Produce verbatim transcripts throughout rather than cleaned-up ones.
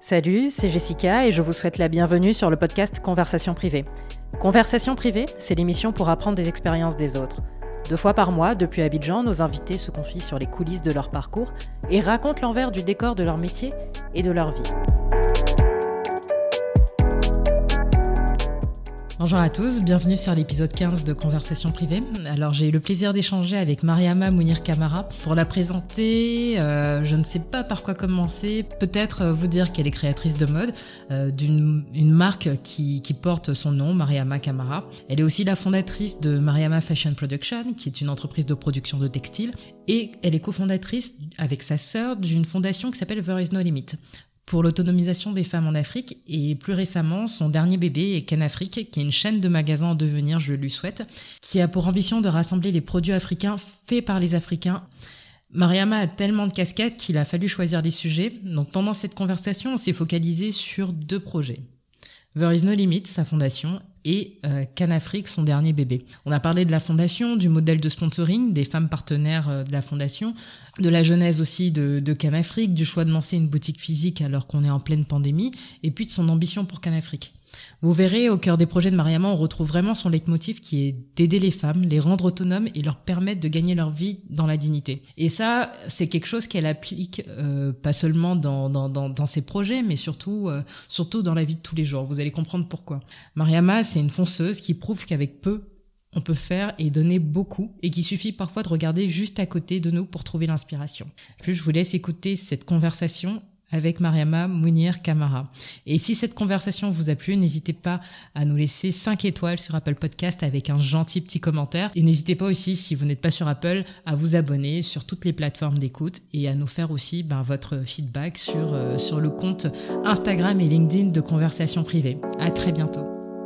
Salut, c'est Jessica et je vous souhaite la bienvenue sur le podcast Conversation privée. Conversation privée, c'est l'émission pour apprendre des expériences des autres. Deux fois par mois, depuis Abidjan, nos invités se confient sur les coulisses de leur parcours et racontent l'envers du décor de leur métier et de leur vie. Bonjour à tous, bienvenue sur l'épisode quinze de Conversation privée. Alors j'ai eu le plaisir d'échanger avec Mariama Mounir Camara. Pour la présenter, euh, je ne sais pas par quoi commencer. Peut-être vous dire qu'elle est créatrice de mode euh, d'une une marque qui, qui porte son nom, Mariama Camara. Elle est aussi la fondatrice de Mariama Fashion Production, qui est une entreprise de production de textiles. Et elle est cofondatrice avec sa sœur d'une fondation qui s'appelle There is no limit, pour l'autonomisation des femmes en Afrique, et plus récemment, son dernier bébé est Canafrique, qui est une chaîne de magasins en devenir, je lui souhaite, qui a pour ambition de rassembler les produits africains faits par les Africains. Mariama a tellement de casquettes qu'il a fallu choisir les sujets, donc pendant cette conversation, on s'est focalisé sur deux projets. There is no limit, sa fondation, et euh, Canafrique, son dernier bébé. On a parlé de la fondation, du modèle de sponsoring, des femmes partenaires euh, de la fondation, de la genèse aussi de, de Canafrique, du choix de lancer une boutique physique alors qu'on est en pleine pandémie, et puis de son ambition pour Canafrique. Vous verrez, au cœur des projets de Mariama, on retrouve vraiment son leitmotiv qui est d'aider les femmes, les rendre autonomes et leur permettre de gagner leur vie dans la dignité. Et ça, c'est quelque chose qu'elle applique euh, pas seulement dans, dans, dans, dans ses projets, mais surtout, euh, surtout dans la vie de tous les jours. Vous allez comprendre pourquoi. Mariama, c'est une fonceuse qui prouve qu'avec peu, on peut faire et donner beaucoup, et qu'il suffit parfois de regarder juste à côté de nous pour trouver l'inspiration. Puis je vous laisse écouter cette conversation avec Mariama Mounir Camara. Et si cette conversation vous a plu, n'hésitez pas à nous laisser cinq étoiles sur Apple Podcast avec un gentil petit commentaire. Et n'hésitez pas aussi, si vous n'êtes pas sur Apple, à vous abonner sur toutes les plateformes d'écoute et à nous faire aussi ben, votre feedback sur, euh, sur le compte Instagram et LinkedIn de Conversation privée. À très bientôt.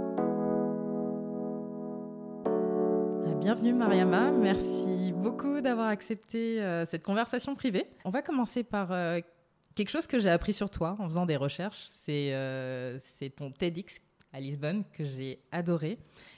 Bienvenue Mariama, merci beaucoup d'avoir accepté euh, cette conversation privée. On va commencer par euh, quelque chose que j'ai appris sur toi en faisant des recherches. C'est, euh, c'est ton TEDx à Lisbonne que j'ai adoré.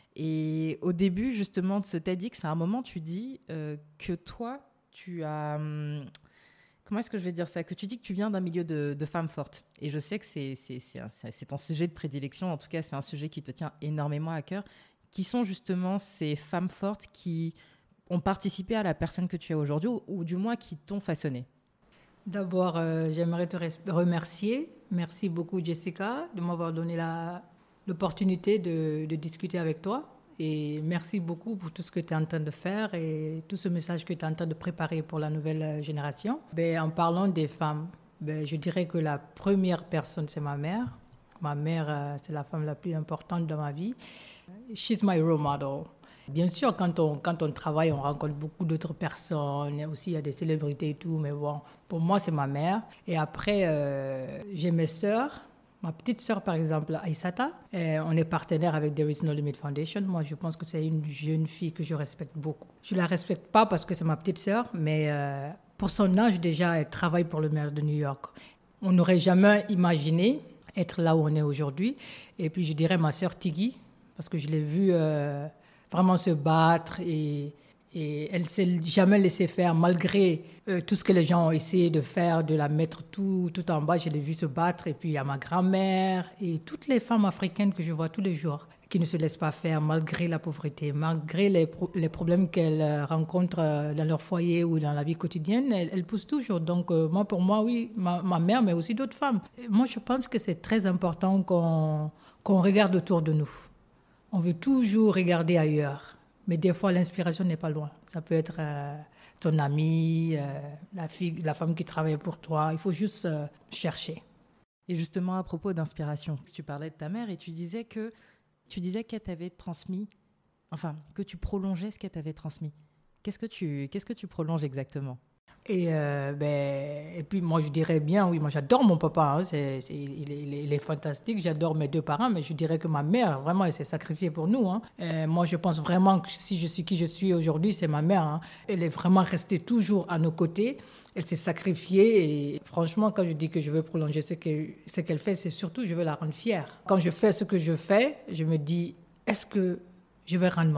Et au début justement de ce TEDx, à un moment tu dis euh, que toi, tu as... Hum, comment est-ce que je vais dire ça ? Que tu dis que tu viens d'un milieu de, de femmes fortes. Et je sais que c'est, c'est, c'est, un, c'est ton sujet de prédilection. En tout cas, c'est un sujet qui te tient énormément à cœur. Qui sont justement ces femmes fortes qui ont participé à la personne que tu es aujourd'hui, ou, ou du moins qui t'ont façonné? D'abord, euh, j'aimerais te remercier. Merci beaucoup, Jessica, de m'avoir donné la, l'opportunité de, de discuter avec toi. Et merci beaucoup pour tout ce que tu es en train de faire et tout ce message que tu es en train de préparer pour la nouvelle génération. Ben, en parlant des femmes, ben, je dirais que la première personne, c'est ma mère. Ma mère, euh, c'est la femme la plus importante dans ma vie. She's my role model. Bien sûr, quand on, quand on travaille, on rencontre beaucoup d'autres personnes. Et aussi, il y a des célébrités et tout. Mais bon, pour moi, c'est ma mère. Et après, euh, j'ai mes sœurs. Ma petite sœur, par exemple, Aïssata. Et on est partenaire avec There is no limit Foundation. Moi, je pense que c'est une jeune fille que je respecte beaucoup. Je ne la respecte pas parce que c'est ma petite sœur. Mais euh, pour son âge, déjà, elle travaille pour le maire de New York. On n'aurait jamais imaginé être là où on est aujourd'hui. Et puis, je dirais ma sœur Tigui, parce que je l'ai vue euh, vraiment se battre et, et elle ne s'est jamais laissée faire, malgré euh, tout ce que les gens ont essayé de faire, de la mettre tout, tout en bas. Je l'ai vue se battre. Et puis, il y a ma grand-mère et toutes les femmes africaines que je vois tous les jours qui ne se laissent pas faire, malgré la pauvreté, malgré les, pro- les problèmes qu'elles rencontrent dans leur foyer ou dans la vie quotidienne, elles, elles poussent toujours. Donc, euh, moi, pour moi, oui, ma, ma mère, mais aussi d'autres femmes. Et moi, je pense que c'est très important qu'on, qu'on regarde autour de nous. On veut toujours regarder ailleurs, mais des fois, l'inspiration n'est pas loin. Ça peut être euh, ton ami, euh, la fille, la femme qui travaille pour toi. Il faut juste euh, chercher. Et justement, à propos d'inspiration, tu parlais de ta mère et tu disais que Tu disais qu'elle t'avait transmis, enfin, que tu prolongeais ce qu'elle t'avait transmis. Qu'est-ce que tu, qu'est-ce que tu prolonges exactement ? Et, euh, ben, et puis moi, je dirais bien, oui, moi j'adore mon papa, hein, c'est, c'est, il, est, il, est, il est fantastique, j'adore mes deux parents, mais je dirais que ma mère, vraiment, elle s'est sacrifiée pour nous. Hein. Et moi, je pense vraiment que si je suis qui je suis aujourd'hui, c'est ma mère. Hein. Elle est vraiment restée toujours à nos côtés. Elle s'est sacrifiée et franchement, quand je dis que je veux prolonger ce, que, ce qu'elle fait, c'est surtout je veux la rendre fière. Quand je fais ce que je fais, je me dis, est-ce que je vais rendre maman fière ?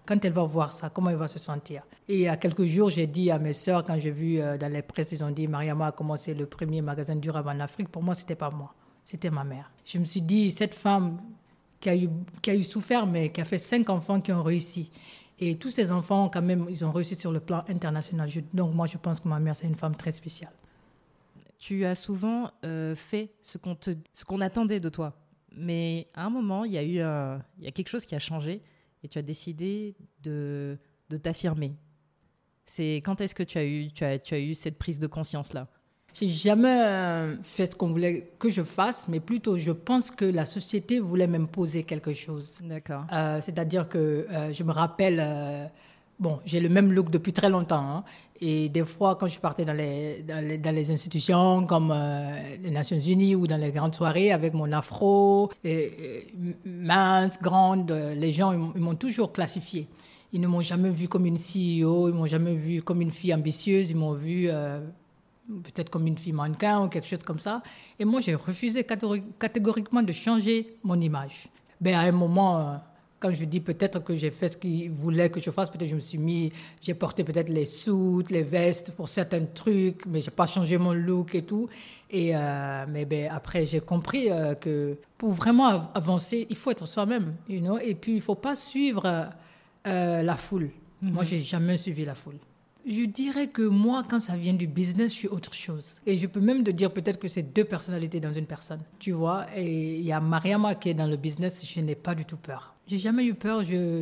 Quand elle va voir ça, comment elle va se sentir? Et il y a quelques jours, j'ai dit à mes sœurs, quand j'ai vu euh, dans les presses, ils ont dit, Mariama a commencé le premier magasin durable en Afrique. Pour moi, ce n'était pas moi, c'était ma mère. Je me suis dit, cette femme qui a eu, qui a eu souffert, mais qui a fait cinq enfants qui ont réussi. Et tous ces enfants, quand même, ils ont réussi sur le plan international. Je, donc moi, je pense que ma mère, c'est une femme très spéciale. Tu as souvent euh, fait ce qu'on, te, ce qu'on attendait de toi. Mais à un moment, il y a eu un, il y a quelque chose qui a changé et tu as décidé de, de t'affirmer. C'est quand est-ce que tu as eu, tu as, tu as eu cette prise de conscience-là? J'ai jamais euh, fait ce qu'on voulait que je fasse, mais plutôt je pense que la société voulait m'imposer quelque chose. D'accord. Euh, c'est-à-dire que euh, je me rappelle, euh, bon, j'ai le même look depuis très longtemps, hein, et des fois quand je partais dans les, dans les, dans les institutions comme euh, les Nations Unies ou dans les grandes soirées avec mon afro, et, et, mince, grande, les gens ils, ils m'ont toujours classifiée. Ils ne m'ont jamais vue comme une C E O, ils ne m'ont jamais vue comme une fille ambitieuse, ils m'ont vue... Euh, peut-être comme une fille mannequin ou quelque chose comme ça. Et moi, j'ai refusé catégoriquement de changer mon image. Ben, à un moment, quand je dis peut-être que j'ai fait ce qu'ils voulaient que je fasse, peut-être que je me suis mis, j'ai porté peut-être les soutes, les vestes pour certains trucs, mais je n'ai pas changé mon look et tout. Et euh, mais ben, après, j'ai compris euh, que pour vraiment avancer, il faut être soi-même. You know? Et puis, il ne faut pas suivre euh, la foule. Mm-hmm. Moi, je n'ai jamais suivi la foule. Je dirais que moi, quand ça vient du business, je suis autre chose. Et je peux même te dire peut-être que c'est deux personnalités dans une personne, tu vois. Et il y a Mariama qui est dans le business, je n'ai pas du tout peur. J'ai jamais eu peur, je,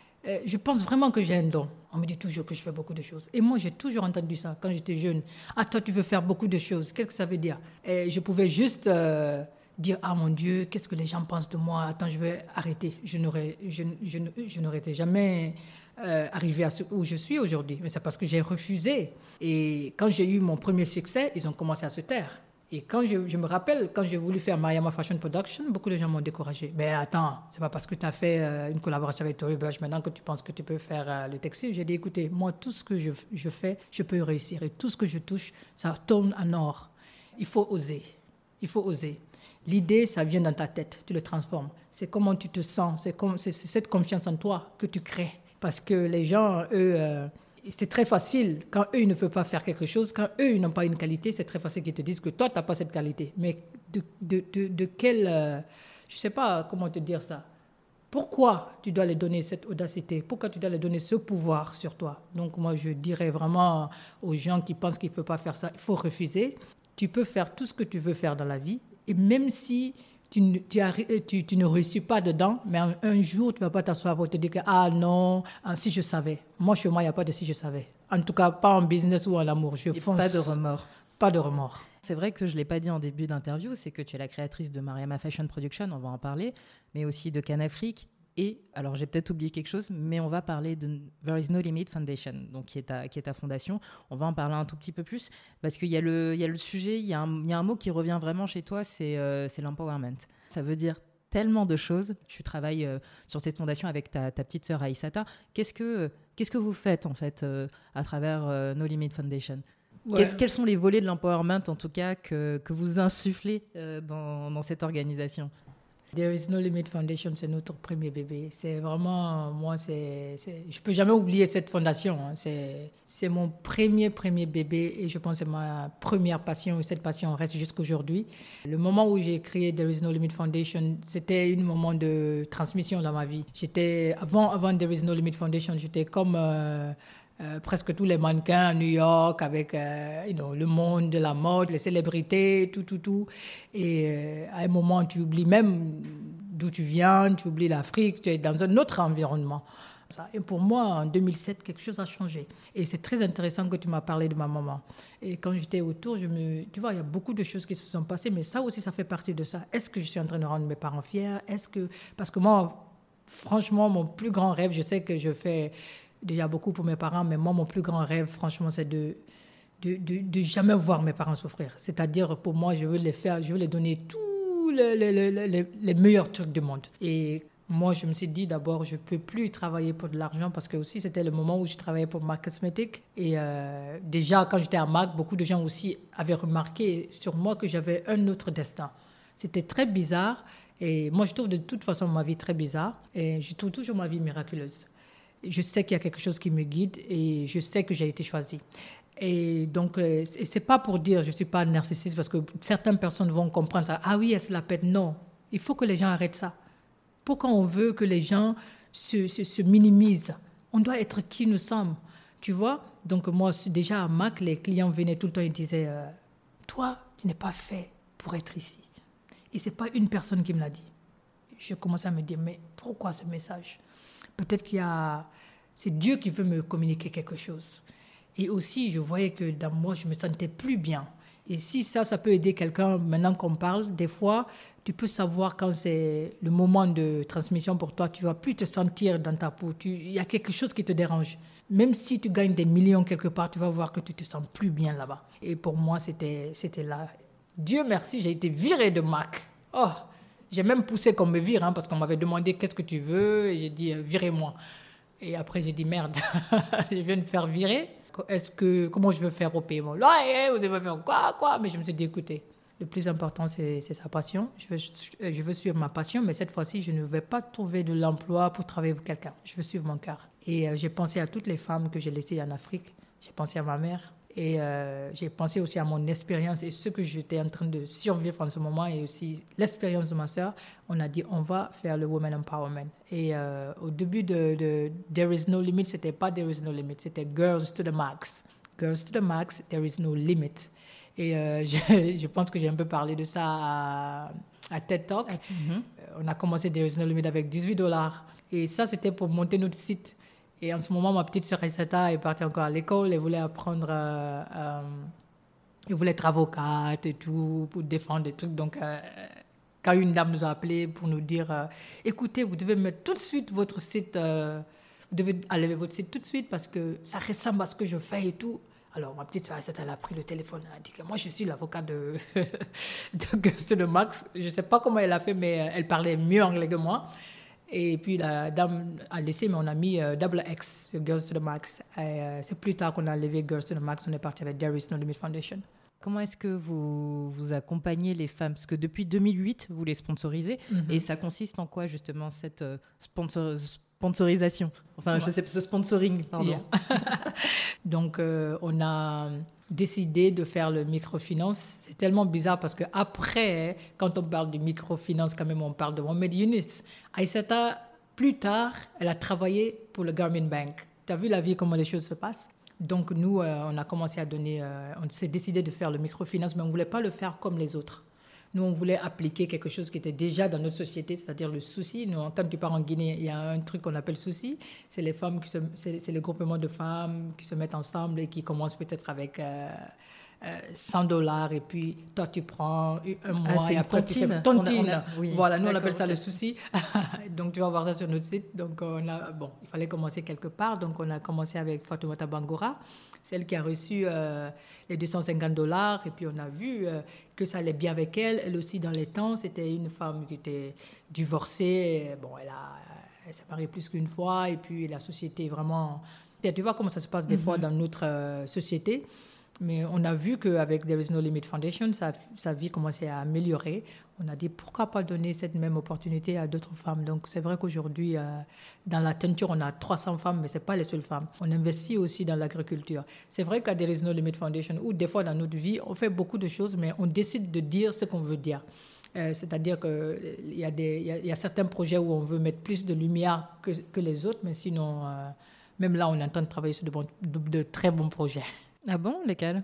je pense vraiment que j'ai un don. On me dit toujours que je fais beaucoup de choses. Et moi, j'ai toujours entendu ça quand j'étais jeune. Ah, toi, tu veux faire beaucoup de choses. Qu'est-ce que ça veut dire? Et je pouvais juste euh, dire, ah mon Dieu, qu'est-ce que les gens pensent de moi? Attends, je vais arrêter. Je n'aurais, je, je, je n'aurais été jamais... Euh, arriver à ce où je suis aujourd'hui. Mais c'est parce que j'ai refusé. Et quand j'ai eu mon premier succès, ils ont commencé à se taire. Et quand je, je me rappelle, quand j'ai voulu faire Mariama Fashion Production, beaucoup de gens m'ont découragé. Mais attends, c'est pas parce que tu as fait euh, une collaboration avec Tory Burch maintenant que tu penses que tu peux faire euh, le textile. J'ai dit, écoutez, moi, tout ce que je, je fais, je peux réussir. Et tout ce que je touche, ça tourne en or. Il faut oser. Il faut oser. L'idée, ça vient dans ta tête. Tu le transformes. C'est comment tu te sens. C'est, comme, c'est, c'est cette confiance en toi que tu crées. Parce que les gens, eux, euh, c'est très facile. Quand eux, ils ne peuvent pas faire quelque chose, quand eux, ils n'ont pas une qualité, c'est très facile qu'ils te disent que toi, tu n'as pas cette qualité. Mais de, de, de, de quelle... Euh, je ne sais pas comment te dire ça. Pourquoi tu dois leur donner cette audacité? Pourquoi tu dois leur donner ce pouvoir sur toi? Donc moi, je dirais vraiment aux gens qui pensent qu'ils ne peuvent pas faire ça, il faut refuser. Tu peux faire tout ce que tu veux faire dans la vie. Et même si... Tu, tu, tu, tu ne réussis pas dedans, mais un, un jour, tu ne vas pas t'asseoir pour te dire que, ah non, si je savais. Moi, chez moi, il n'y a pas de si je savais. En tout cas, pas en business ou en amour. Je fonce. Pas de remords. Pas de remords. C'est vrai que je ne l'ai pas dit en début d'interview, c'est que tu es la créatrice de Mariama Fashion Production, on va en parler, mais aussi de Canafrique. Et, alors j'ai peut-être oublié quelque chose, mais on va parler de There is No Limit Foundation, donc qui est ta, qui est ta fondation. On va en parler un tout petit peu plus, parce qu'il y a le, il y a le sujet, il y a, un, il y a un mot qui revient vraiment chez toi, c'est, euh, c'est l'empowerment. Ça veut dire tellement de choses. Tu travailles euh, sur cette fondation avec ta, ta petite sœur Aïssata. Qu'est-ce que, euh, qu'est-ce que vous faites en fait euh, à travers euh, No Limit Foundation? Ouais. Qu'est-ce, quels sont les volets de l'empowerment en tout cas que, que vous insufflez euh, dans, dans cette organisation? There is No Limit Foundation, c'est notre premier bébé. C'est vraiment, moi, c'est, c'est, je ne peux jamais oublier cette fondation. Hein. C'est, c'est mon premier, premier bébé et je pense que c'est ma première passion et cette passion reste jusqu'à aujourd'hui. Le moment où j'ai créé There is No Limit Foundation, c'était un moment de transmission dans ma vie. J'étais, avant, avant There is No Limit Foundation, j'étais comme... Euh, Euh, presque tous les mannequins à New York avec euh, you know, le monde de la mode, les célébrités, tout, tout, tout. Et euh, à un moment, tu oublies même d'où tu viens, tu oublies l'Afrique, tu es dans un autre environnement. Et pour moi, en deux mille sept, quelque chose a changé. Et c'est très intéressant que tu m'as parlé de ma maman. Et quand j'étais autour, je me, tu vois, il y a beaucoup de choses qui se sont passées, mais ça aussi, ça fait partie de ça. Est-ce que je suis en train de rendre mes parents fiers? Est-ce que... Parce que moi, franchement, mon plus grand rêve, je sais que je fais... déjà beaucoup pour mes parents, mais moi, mon plus grand rêve, franchement, c'est de de, de, de jamais voir mes parents souffrir. C'est-à-dire, pour moi, je veux les faire, je veux les donner tous les, les, les, les, les meilleurs trucs du monde. Et moi, je me suis dit, d'abord, je ne peux plus travailler pour de l'argent parce que aussi, c'était le moment où je travaillais pour MAC Cosmetics. Et euh, déjà, quand j'étais à MAC, beaucoup de gens aussi avaient remarqué sur moi que j'avais un autre destin. C'était très bizarre. Et moi, je trouve de toute façon ma vie très bizarre. Et je trouve toujours ma vie miraculeuse. Je sais qu'il y a quelque chose qui me guide et je sais que j'ai été choisie. Et donc, euh, et c'est pas pour dire je suis pas narcissiste parce que certaines personnes vont comprendre ça. Ah oui, elle se la pète. Non, il faut que les gens arrêtent ça. Pourquoi on veut que les gens se, se, se minimisent? On doit être qui nous sommes, tu vois. Donc moi, déjà à Mac, les clients venaient tout le temps et disaient euh, toi, tu n'es pas fait pour être ici. Et c'est pas une personne qui me l'a dit. Je commençais à me dire mais pourquoi ce message? Peut-être qu'il y a, c'est Dieu qui veut me communiquer quelque chose. Et aussi, je voyais que dans moi, je me sentais plus bien. Et si ça, ça peut aider quelqu'un, maintenant qu'on parle, des fois, tu peux savoir quand c'est le moment de transmission pour toi, tu ne vas plus te sentir dans ta peau. Il y a quelque chose qui te dérange. Même si tu gagnes des millions quelque part, tu vas voir que tu te sens plus bien là-bas. Et pour moi, c'était, c'était là. Dieu merci, j'ai été virée de Mac. Oh, j'ai même poussé qu'on me vire, hein, parce qu'on m'avait demandé qu'est-ce que tu veux, et j'ai dit, virez-moi. Et après, j'ai dit, merde, je viens de me faire virer. Est-ce que, comment je veux faire au paiement? Là, hey, vous allez faire quoi, quoi? Mais je me suis dit, écoutez, le plus important, c'est, c'est sa passion. Je veux, je veux suivre ma passion, mais cette fois-ci, je ne vais pas trouver de l'emploi pour travailler pour quelqu'un. Je veux suivre mon cœur. Et euh, j'ai pensé à toutes les femmes que j'ai laissées en Afrique. J'ai pensé à ma mère. Et euh, j'ai pensé aussi à mon expérience et ce que j'étais en train de survivre en ce moment et aussi l'expérience de ma sœur. On a dit, on va faire le Women Empowerment. Et euh, au début de, de There is no limit, c'était pas There is no limit, c'était Girls to the Max. Girls to the Max, There is no limit. Et euh, je, je pense que j'ai un peu parlé de ça à, à TED Talk. Mm-hmm. On a commencé There is no limit avec dix-huit dollars. Et ça, c'était pour monter notre site. Et en ce moment, ma petite sœur Aïssata est partie encore à l'école. Elle voulait apprendre, euh, euh, elle voulait être avocate et tout, pour défendre des trucs. Donc, euh, quand une dame nous a appelés pour nous dire euh, écoutez, vous devez mettre tout de suite votre site, euh, vous devez enlever votre site tout de suite parce que ça ressemble à ce que je fais et tout. Alors, ma petite sœur Aïssata, elle a pris le téléphone. Elle a dit que moi, je suis l'avocat de, de Girls to the Max. Je ne sais pas comment elle a fait, mais elle parlait mieux anglais que moi. Et puis la dame a laissé, mais on a mis euh, double X, Girls to the Max. Et, euh, c'est plus tard qu'on a enlevé Girls to the Max, on est parti avec There is no limit Foundation. Comment est-ce que vous, vous accompagnez les femmes? Parce que depuis deux mille huit, vous les sponsorisez. Mm-hmm. Et ça consiste en quoi, justement, cette euh, sponsor, sponsorisation? Enfin, ouais. je sais pas, ce sponsoring, pardon. Yeah. Donc, euh, on a décidé de faire le microfinance. C'est tellement bizarre parce qu'après, quand on parle de microfinance, quand même, on parle de Mohamed Younis. Aïssata, plus tard, elle a travaillé pour le Garmin Bank. Tu as vu la vie, comment les choses se passent? Donc, nous, euh, on a commencé à donner... Euh, on s'est décidé de faire le microfinance, mais on ne voulait pas le faire comme les autres. Nous, on voulait appliquer quelque chose qui était déjà dans notre société, c'est-à-dire le souci. Nous, quand tu pars en Guinée, il y a un truc qu'on appelle souci. C'est les femmes qui se, c'est, c'est le groupement de femmes qui se mettent ensemble et qui commencent peut-être avec euh, euh, cent dollars et puis toi, tu prends un mois ah, et après tontine. tu fais tontine. On a, on a, oui, voilà, nous, on appelle ça le souci. Donc, tu vas voir ça sur notre site. Donc, on a, bon, il fallait commencer quelque part. Donc, on a commencé avec Fatoumata Bangoura, celle qui a reçu euh, les deux cent cinquante dollars. Et puis, on a vu euh, que ça allait bien avec elle. Elle aussi, dans les temps, c'était une femme qui était divorcée. Bon, elle, a, elle s'est mariée plus qu'une fois. Et puis, la société, vraiment... Tu vois comment ça se passe des mm-hmm. fois dans notre euh, société. Mais on a vu qu'avec There is no limit Foundation, sa, sa vie commençait à améliorer. On a dit, pourquoi pas donner cette même opportunité à d'autres femmes? Donc, c'est vrai qu'aujourd'hui, euh, dans la teinture, on a trois cents femmes, mais ce n'est pas les seules femmes. On investit aussi dans l'agriculture. C'est vrai qu'à There is no limit Foundation, ou des fois dans notre vie, on fait beaucoup de choses, mais on décide de dire ce qu'on veut dire. Euh, c'est-à-dire qu'il y, y, y a certains projets où on veut mettre plus de lumière que, que les autres, mais sinon, euh, même là, on est en train de travailler sur de, bons, de, de très bons projets. Ah bon, lesquels?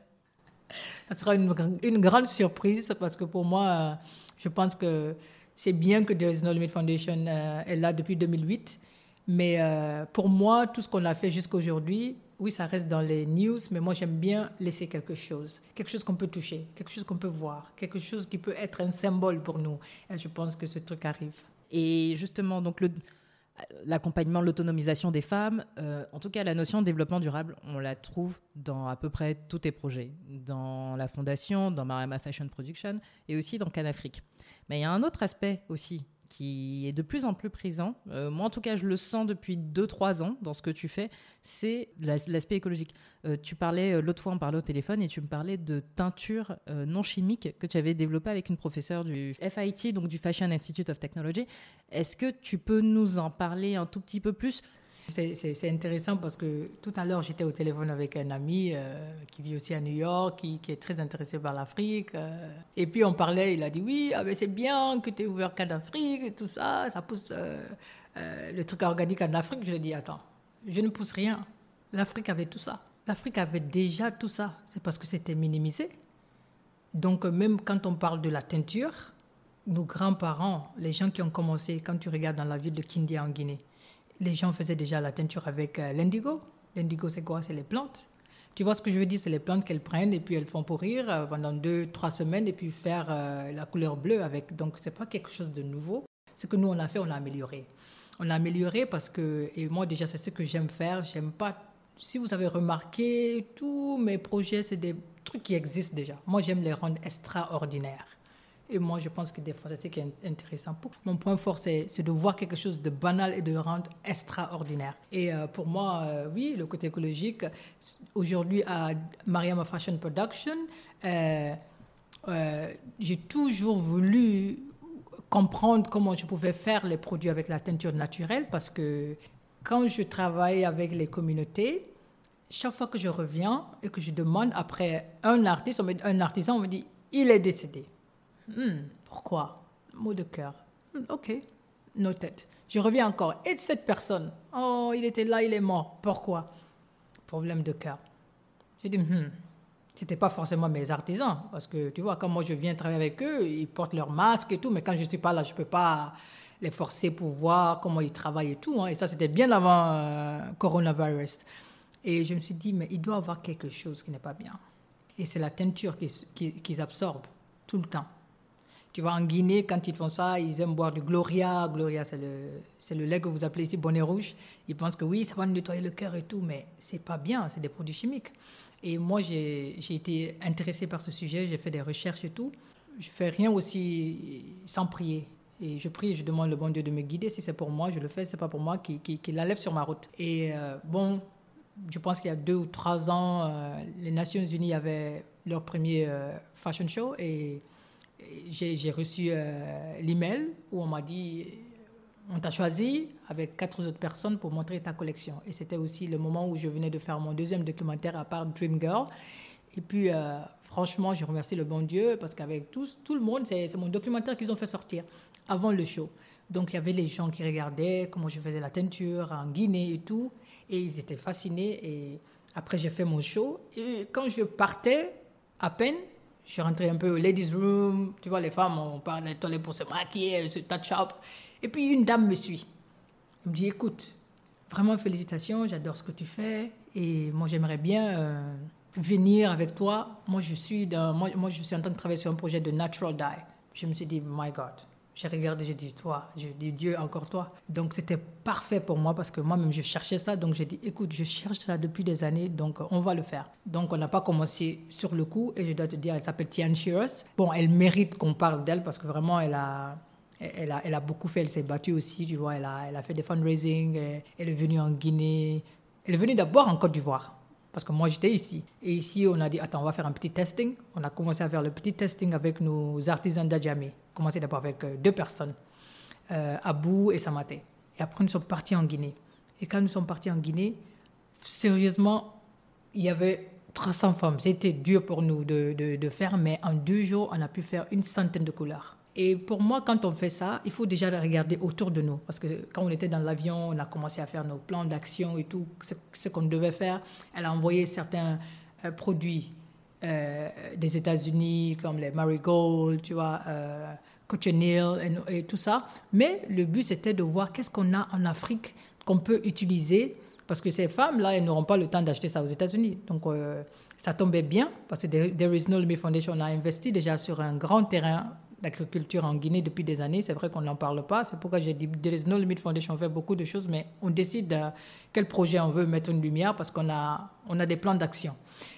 Ça sera une, une grande surprise parce que pour moi, euh, je pense que c'est bien que There is no limit Foundation euh, est là depuis deux mille huit. Mais euh, pour moi, tout ce qu'on a fait jusqu'à aujourd'hui, oui, ça reste dans les news, mais moi, j'aime bien laisser quelque chose. Quelque chose qu'on peut toucher, quelque chose qu'on peut voir, quelque chose qui peut être un symbole pour nous. Et je pense que ce truc arrive. Et justement, donc le... l'accompagnement, l'autonomisation des femmes, euh, en tout cas la notion de développement durable, on la trouve dans à peu près tous tes projets, dans la fondation, dans Mariama Fashion Production et aussi dans Canafrique. Mais il y a un autre aspect aussi qui est de plus en plus présent, euh, moi en tout cas je le sens depuis deux trois ans dans ce que tu fais, c'est l'aspect écologique. Euh, tu parlais, euh, l'autre fois on parlait au téléphone et tu me parlais de teinture euh, non chimique que tu avais développée avec une professeure du F I T, donc du Fashion Institute of Technology. Est-ce que tu peux nous en parler un tout petit peu plus ? C'est, c'est, c'est intéressant parce que tout à l'heure, j'étais au téléphone avec un ami euh, qui vit aussi à New York, qui, qui est très intéressé par l'Afrique. Euh, et puis on parlait, il a dit oui, ah ben c'est bien que tu aies ouvert Cannes d'Afrique et tout ça, ça pousse euh, euh, le truc organique en Afrique. Je lui ai dit attends, je ne pousse rien. L'Afrique avait tout ça. L'Afrique avait déjà tout ça. C'est parce que c'était minimisé. Donc même quand on parle de la teinture, nos grands-parents, les gens qui ont commencé, quand tu regardes dans la ville de Kindia en Guinée, les gens faisaient déjà la teinture avec euh, l'indigo. L'indigo, c'est quoi? C'est les plantes. Tu vois ce que je veux dire? C'est les plantes qu'elles prennent et puis elles font pourrir euh, pendant deux, trois semaines et puis faire euh, la couleur bleue avec. Donc, ce n'est pas quelque chose de nouveau. Ce que nous, on a fait, on a amélioré. On a amélioré parce que, et moi déjà, c'est ce que j'aime faire. J'aime pas, si vous avez remarqué, tous mes projets, c'est des trucs qui existent déjà. Moi, j'aime les rendre extraordinaires. Et moi, je pense que des fois, c'est ce qui est intéressant. Mon point fort, c'est, c'est de voir quelque chose de banal et de le rendre extraordinaire. Et euh, pour moi, euh, oui, le côté écologique, aujourd'hui, à Mariama Fashion Production, euh, euh, j'ai toujours voulu comprendre comment je pouvais faire les produits avec la teinture naturelle parce que quand je travaille avec les communautés, chaque fois que je reviens et que je demande après un artiste, on me, un artisan, on me dit, il est décédé. Hmm, pourquoi? Mot de cœur. Hmm, ok, noted. Je reviens encore. Et cette personne? Oh, il était là, il est mort. Pourquoi? Problème de cœur. J'ai dit, hmm, c'était pas forcément mes artisans. Parce que, tu vois, quand moi je viens travailler avec eux, ils portent leur masque et tout, mais quand je suis pas là, je peux pas les forcer pour voir comment ils travaillent et tout. Hein. Et ça, c'était bien avant euh, coronavirus. Et je me suis dit, mais il doit y avoir quelque chose qui n'est pas bien. Et c'est la teinture qu'ils, qu'ils, qu'ils absorbent tout le temps. Tu vois, en Guinée, quand ils font ça, ils aiment boire du Gloria. Gloria, c'est le, c'est le lait que vous appelez ici bonnet rouge. Ils pensent que oui, ça va nettoyer le cœur et tout, mais c'est pas bien, c'est des produits chimiques. Et moi, j'ai, j'ai été intéressée par ce sujet, j'ai fait des recherches et tout. Je fais rien aussi sans prier. Et je prie et je demande le bon Dieu de me guider. Si c'est pour moi, je le fais. Si c'est pas pour moi, qu'il, qu'il, qu'il la lève sur ma route. Et euh, bon, je pense qu'il y a deux ou trois ans, euh, les Nations Unies avaient leur premier euh, fashion show et J'ai, j'ai reçu euh, l'email où on m'a dit on t'a choisi avec quatre autres personnes pour montrer ta collection. Et c'était aussi le moment où je venais de faire mon deuxième documentaire à part Dream Girl. Et puis, euh, franchement, je remercie le bon Dieu parce qu'avec tous, tout le monde, c'est, c'est mon documentaire qu'ils ont fait sortir avant le show. Donc, il y avait les gens qui regardaient comment je faisais la teinture en Guinée et tout. Et ils étaient fascinés. Et après, j'ai fait mon show. Et quand je partais, à peine, je suis rentrée un peu au ladies' room. Tu vois, les femmes, on part dans les toilettes pour se maquiller, se touch-up. Et puis, une dame me suit. Elle me dit, écoute, vraiment félicitations, j'adore ce que tu fais. Et moi, j'aimerais bien euh, venir avec toi. Moi je, suis dans, moi, moi, je suis en train de travailler sur un projet de natural dye. Je me suis dit, my God. J'ai regardé, j'ai dit, toi, j'ai dit, Dieu, encore toi. Donc, c'était parfait pour moi parce que moi-même, je cherchais ça. Donc, j'ai dit, écoute, je cherche ça depuis des années, donc on va le faire. Donc, on n'a pas commencé sur le coup. Et je dois te dire, elle s'appelle Tian Shearers. Bon, elle mérite qu'on parle d'elle parce que vraiment, elle a, elle a, elle a beaucoup fait. Elle s'est battue aussi, tu vois. Elle a, elle a fait des fundraising. Elle est venue en Guinée. Elle est venue d'abord en Côte d'Ivoire. Parce que moi, j'étais ici. Et ici, on a dit, attends, on va faire un petit testing. On a commencé à faire le petit testing avec nos artisans d'Adjamé. On a commencé d'abord avec deux personnes, euh, Abou et Samaté. Et après, nous sommes partis en Guinée. Et quand nous sommes partis en Guinée, sérieusement, il y avait trois cents femmes. C'était dur pour nous de, de, de faire, mais en deux jours, on a pu faire une centaine de couleurs. Et pour moi, quand on fait ça, il faut déjà regarder autour de nous. Parce que quand on était dans l'avion, on a commencé à faire nos plans d'action et tout, ce, ce qu'on devait faire. Elle a envoyé certains euh, produits euh, des États-Unis, comme les Marigold, tu vois, euh, Cochineal et, et tout ça. Mais le but, c'était de voir qu'est-ce qu'on a en Afrique qu'on peut utiliser. Parce que ces femmes-là, elles n'auront pas le temps d'acheter ça aux États-Unis. Donc, euh, ça tombait bien, parce que There Is No Limit Foundation a investi déjà sur un grand terrain d'agriculture en Guinée depuis des années. C'est vrai qu'on n'en parle pas. C'est pourquoi j'ai dit There is no limit foundation fait beaucoup de choses, mais on décide de quel projet on veut mettre en lumière parce qu'on a, on a des plans d'action.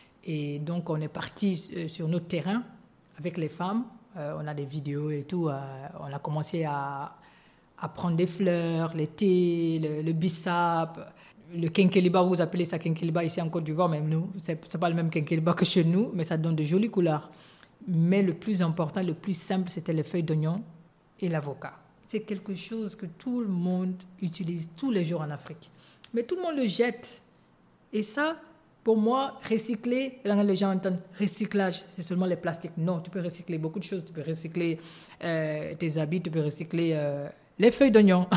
Et donc, on est parti sur notre terrain avec les femmes. Euh, on a des vidéos et tout. Euh, on a commencé à, à prendre des fleurs, les thés, le, le bissap, le kenkeliba. Vous appelez ça kenkeliba ici en Côte d'Ivoire, même nous. Ce n'est pas le même kenkeliba que chez nous, mais ça donne de jolies couleurs. Mais le plus important, le plus simple, c'était les feuilles d'oignon et l'avocat. C'est quelque chose que tout le monde utilise tous les jours en Afrique. Mais tout le monde le jette. Et ça, pour moi, recycler, là les gens entendent recyclage, c'est seulement les plastiques. Non, tu peux recycler beaucoup de choses. Tu peux recycler euh, tes habits, tu peux recycler euh, les feuilles d'oignon.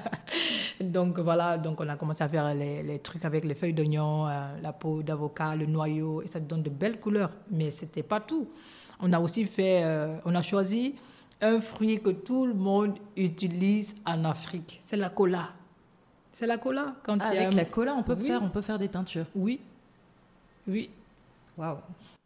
Donc voilà, donc on a commencé à faire les, les trucs avec les feuilles d'oignon, euh, la peau d'avocat, le noyau, et ça donne de belles couleurs. Mais ce n'était pas tout. On a aussi fait, euh, on a choisi un fruit que tout le monde utilise en Afrique. C'est la cola. C'est la cola. Quand ah, il y a avec un... la cola, on peut, oui. faire, on peut faire des teintures. Oui. Oui. Waouh.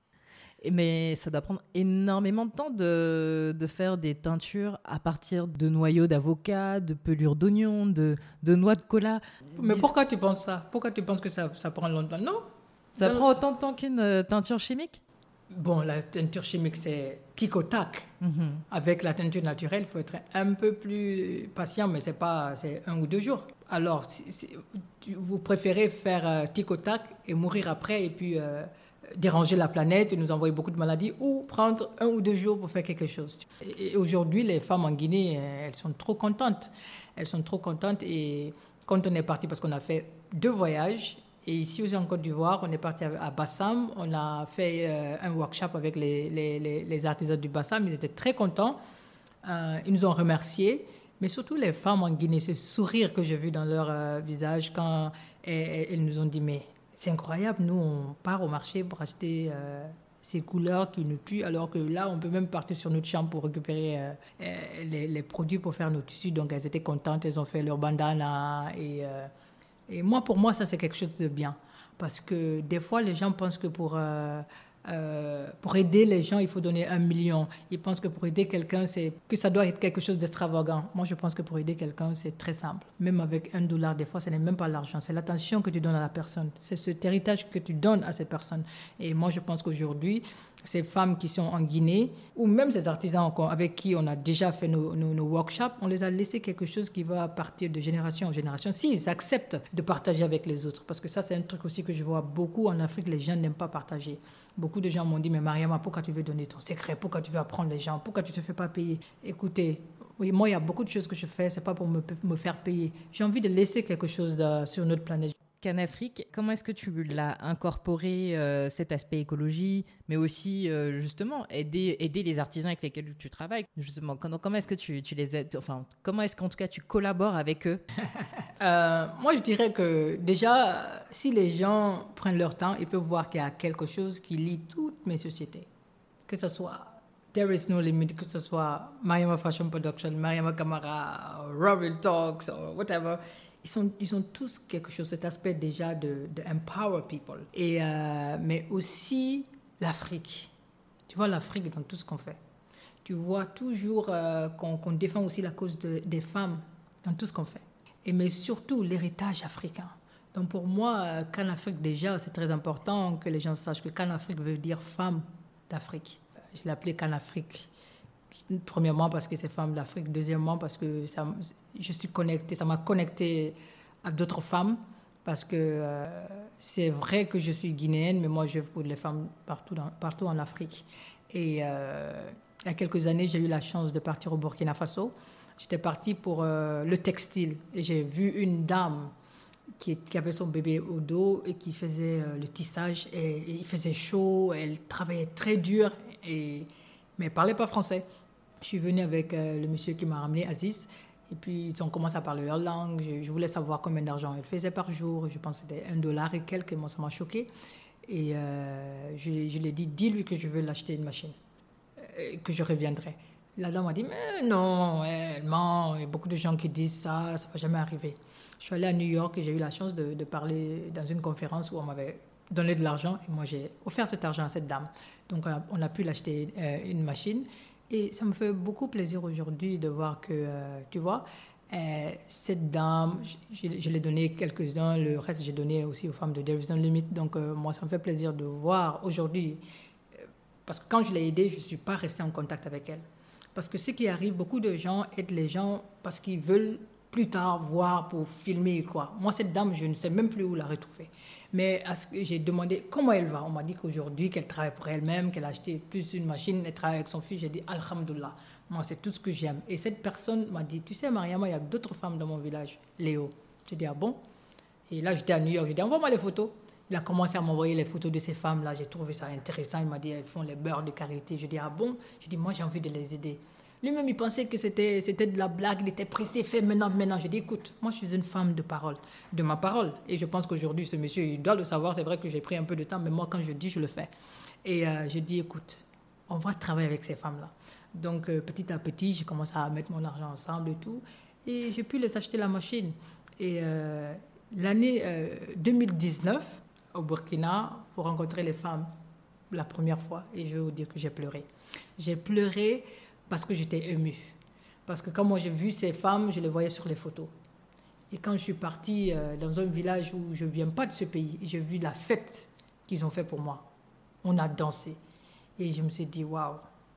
Mais ça doit prendre énormément de temps de, de faire des teintures à partir de noyaux d'avocat, de pelures d'oignon, de, de noix de cola. Mais pourquoi tu penses ça? Pourquoi tu penses que ça, ça prend longtemps? Non. Ça Dans prend autant de temps qu'une euh, teinture chimique? Bon, la teinture chimique, c'est tic au tac. Mm-hmm. Avec la teinture naturelle, il faut être un peu plus patient, mais c'est pas, c'est un ou deux jours. Alors, si, si, tu, vous préférez faire euh, tic au tac et mourir après, et puis... Euh, déranger la planète et nous envoyer beaucoup de maladies, ou prendre un ou deux jours pour faire quelque chose. Et aujourd'hui, les femmes en Guinée, elles sont trop contentes. Elles sont trop contentes et quand on est parti, parce qu'on a fait deux voyages, et ici aussi en Côte d'Ivoire, on est parti à Bassam, on a fait euh, un workshop avec les, les, les, les artisans du Bassam, ils étaient très contents, euh, ils nous ont remerciés, mais surtout les femmes en Guinée, ce sourire que j'ai vu dans leur euh, visage quand elles, elles nous ont dit, mais c'est incroyable, nous, on part au marché pour acheter euh, ces couleurs qui nous tuent, alors que là, on peut même partir sur notre champ pour récupérer euh, les, les produits pour faire nos tissus. Donc, elles étaient contentes, elles ont fait leur bandana. Et, euh, et moi, pour moi, ça, c'est quelque chose de bien. Parce que des fois, les gens pensent que pour, euh, euh, pour aider les gens, il faut donner un million. Ils pensent que pour aider quelqu'un, c'est, que ça doit être quelque chose d'extravagant. Moi, je pense que pour aider quelqu'un, c'est très simple. Même avec un dollar, des fois, ce n'est même pas l'argent. C'est l'attention que tu donnes à la personne. C'est cet héritage que tu donnes à cette personne. Et moi, je pense qu'aujourd'hui, ces femmes qui sont en Guinée, ou même ces artisans avec qui on a déjà fait nos, nos, nos workshops, on les a laissé quelque chose qui va partir de génération en génération, s'ils acceptent de partager avec les autres. Parce que ça, c'est un truc aussi que je vois beaucoup en Afrique, les gens n'aiment pas partager. Beaucoup de gens m'ont dit, mais Mariama, pourquoi tu veux donner ton secret? Pourquoi tu veux apprendre les gens? Pourquoi tu ne te fais pas payer? Écoutez, oui, moi, il y a beaucoup de choses que je fais, ce n'est pas pour me, me faire payer. J'ai envie de laisser quelque chose de, sur notre planète. Canafrique, comment est-ce que tu l'as incorporé, euh, cet aspect écologie, mais aussi euh, justement aider, aider les artisans avec lesquels tu travailles? Justement, comment, comment est-ce que tu, tu les aides, enfin, comment est-ce qu'en tout cas tu collabores avec eux? euh, Moi, je dirais que déjà, si les gens prennent leur temps, ils peuvent voir qu'il y a quelque chose qui lie toutes mes sociétés. Que ce soit There is no limit, que ce soit Mariama Fashion Production, Mariama Camara, Robin Talks, or whatever. Ils sont, ils ont tous quelque chose, cet aspect déjà de, de empower people. Et, euh, mais aussi l'Afrique. Tu vois l'Afrique dans tout ce qu'on fait. Tu vois toujours euh, qu'on, qu'on défend aussi la cause de, des femmes dans tout ce qu'on fait. Et mais surtout l'héritage africain. Donc pour moi, Canafrique déjà, c'est très important que les gens sachent que Canafrique veut dire femme d'Afrique. Je l'ai appelé Canafrique. Premièrement parce que c'est femme d'Afrique, deuxièmement parce que ça, je suis connectée, ça m'a connectée à d'autres femmes, parce que euh, c'est vrai que je suis guinéenne, mais moi je vis pour les femmes partout, dans, partout en Afrique. Et euh, il y a quelques années, j'ai eu la chance de partir au Burkina Faso. J'étais partie pour euh, le textile et j'ai vu une dame qui, qui avait son bébé au dos et qui faisait euh, le tissage, et, et il faisait chaud, elle travaillait très dur, et, mais elle ne parlait pas français. Je suis venue avec euh, le monsieur qui m'a ramené, Aziz, et puis ils ont commencé à parler leur langue. Je, je voulais savoir combien d'argent elle faisait par jour. Je pense que c'était un dollar et quelques, et moi ça m'a choqué. Et euh, je, je lui ai dit, dis-lui que je veux l'acheter une machine, euh, que je reviendrai. La dame m'a dit, mais non, elle ment, il y a beaucoup de gens qui disent ça, ça ne va jamais arriver. Je suis allée à New York et j'ai eu la chance de, de parler dans une conférence où on m'avait donné de l'argent, et moi j'ai offert cet argent à cette dame. Donc on a, on a pu l'acheter euh, une machine. Et ça me fait beaucoup plaisir aujourd'hui de voir que, euh, tu vois, euh, cette dame, je, je, je l'ai donné quelques-uns, le reste j'ai donné aussi aux femmes de There is no limit. Donc euh, moi, ça me fait plaisir de voir aujourd'hui, euh, parce que quand je l'ai aidée, je ne suis pas restée en contact avec elle. Parce que ce qui arrive, beaucoup de gens aident les gens parce qu'ils veulent plus tard voir pour filmer quoi. Moi, cette dame, je ne sais même plus où la retrouver. Mais j'ai demandé comment elle va. On m'a dit qu'aujourd'hui, qu'elle travaille pour elle-même, qu'elle a acheté plus une machine, elle travaille avec son fils. J'ai dit, alhamdoulilah, moi, c'est tout ce que j'aime. Et cette personne m'a dit, tu sais, Mariama, il y a d'autres femmes dans mon village, Léo. J'ai dit, ah bon? Et là, j'étais à New York, j'ai dit, envoie-moi les photos. Il a commencé à m'envoyer les photos de ces femmes-là. J'ai trouvé ça intéressant. Il m'a dit, elles font les beurres de karité. Je dis, ah bon? Je dis, moi, j'ai envie de les aider. Lui-même, il pensait que c'était, c'était de la blague. Il était pressé, fait maintenant, maintenant. Je dis, écoute, moi, je suis une femme de parole, de ma parole. Et je pense qu'aujourd'hui, ce monsieur, il doit le savoir. C'est vrai que j'ai pris un peu de temps, mais moi, quand je dis, je le fais. Et euh, je dis, écoute, on va travailler avec ces femmes-là. Donc, euh, petit à petit, j'ai commencé à mettre mon argent ensemble et tout. Et j'ai pu les acheter la machine. Et euh, l'année euh, deux mille dix-neuf, au Burkina, pour rencontrer les femmes la première fois, et je vais vous dire que j'ai pleuré. J'ai pleuré parce que j'étais émue. Parce que quand moi j'ai vu ces femmes, je les voyais sur les photos. Et quand je suis partie euh, dans un village où je ne viens pas de ce pays, j'ai vu la fête qu'ils ont fait pour moi. On a dansé. Et je me suis dit, waouh.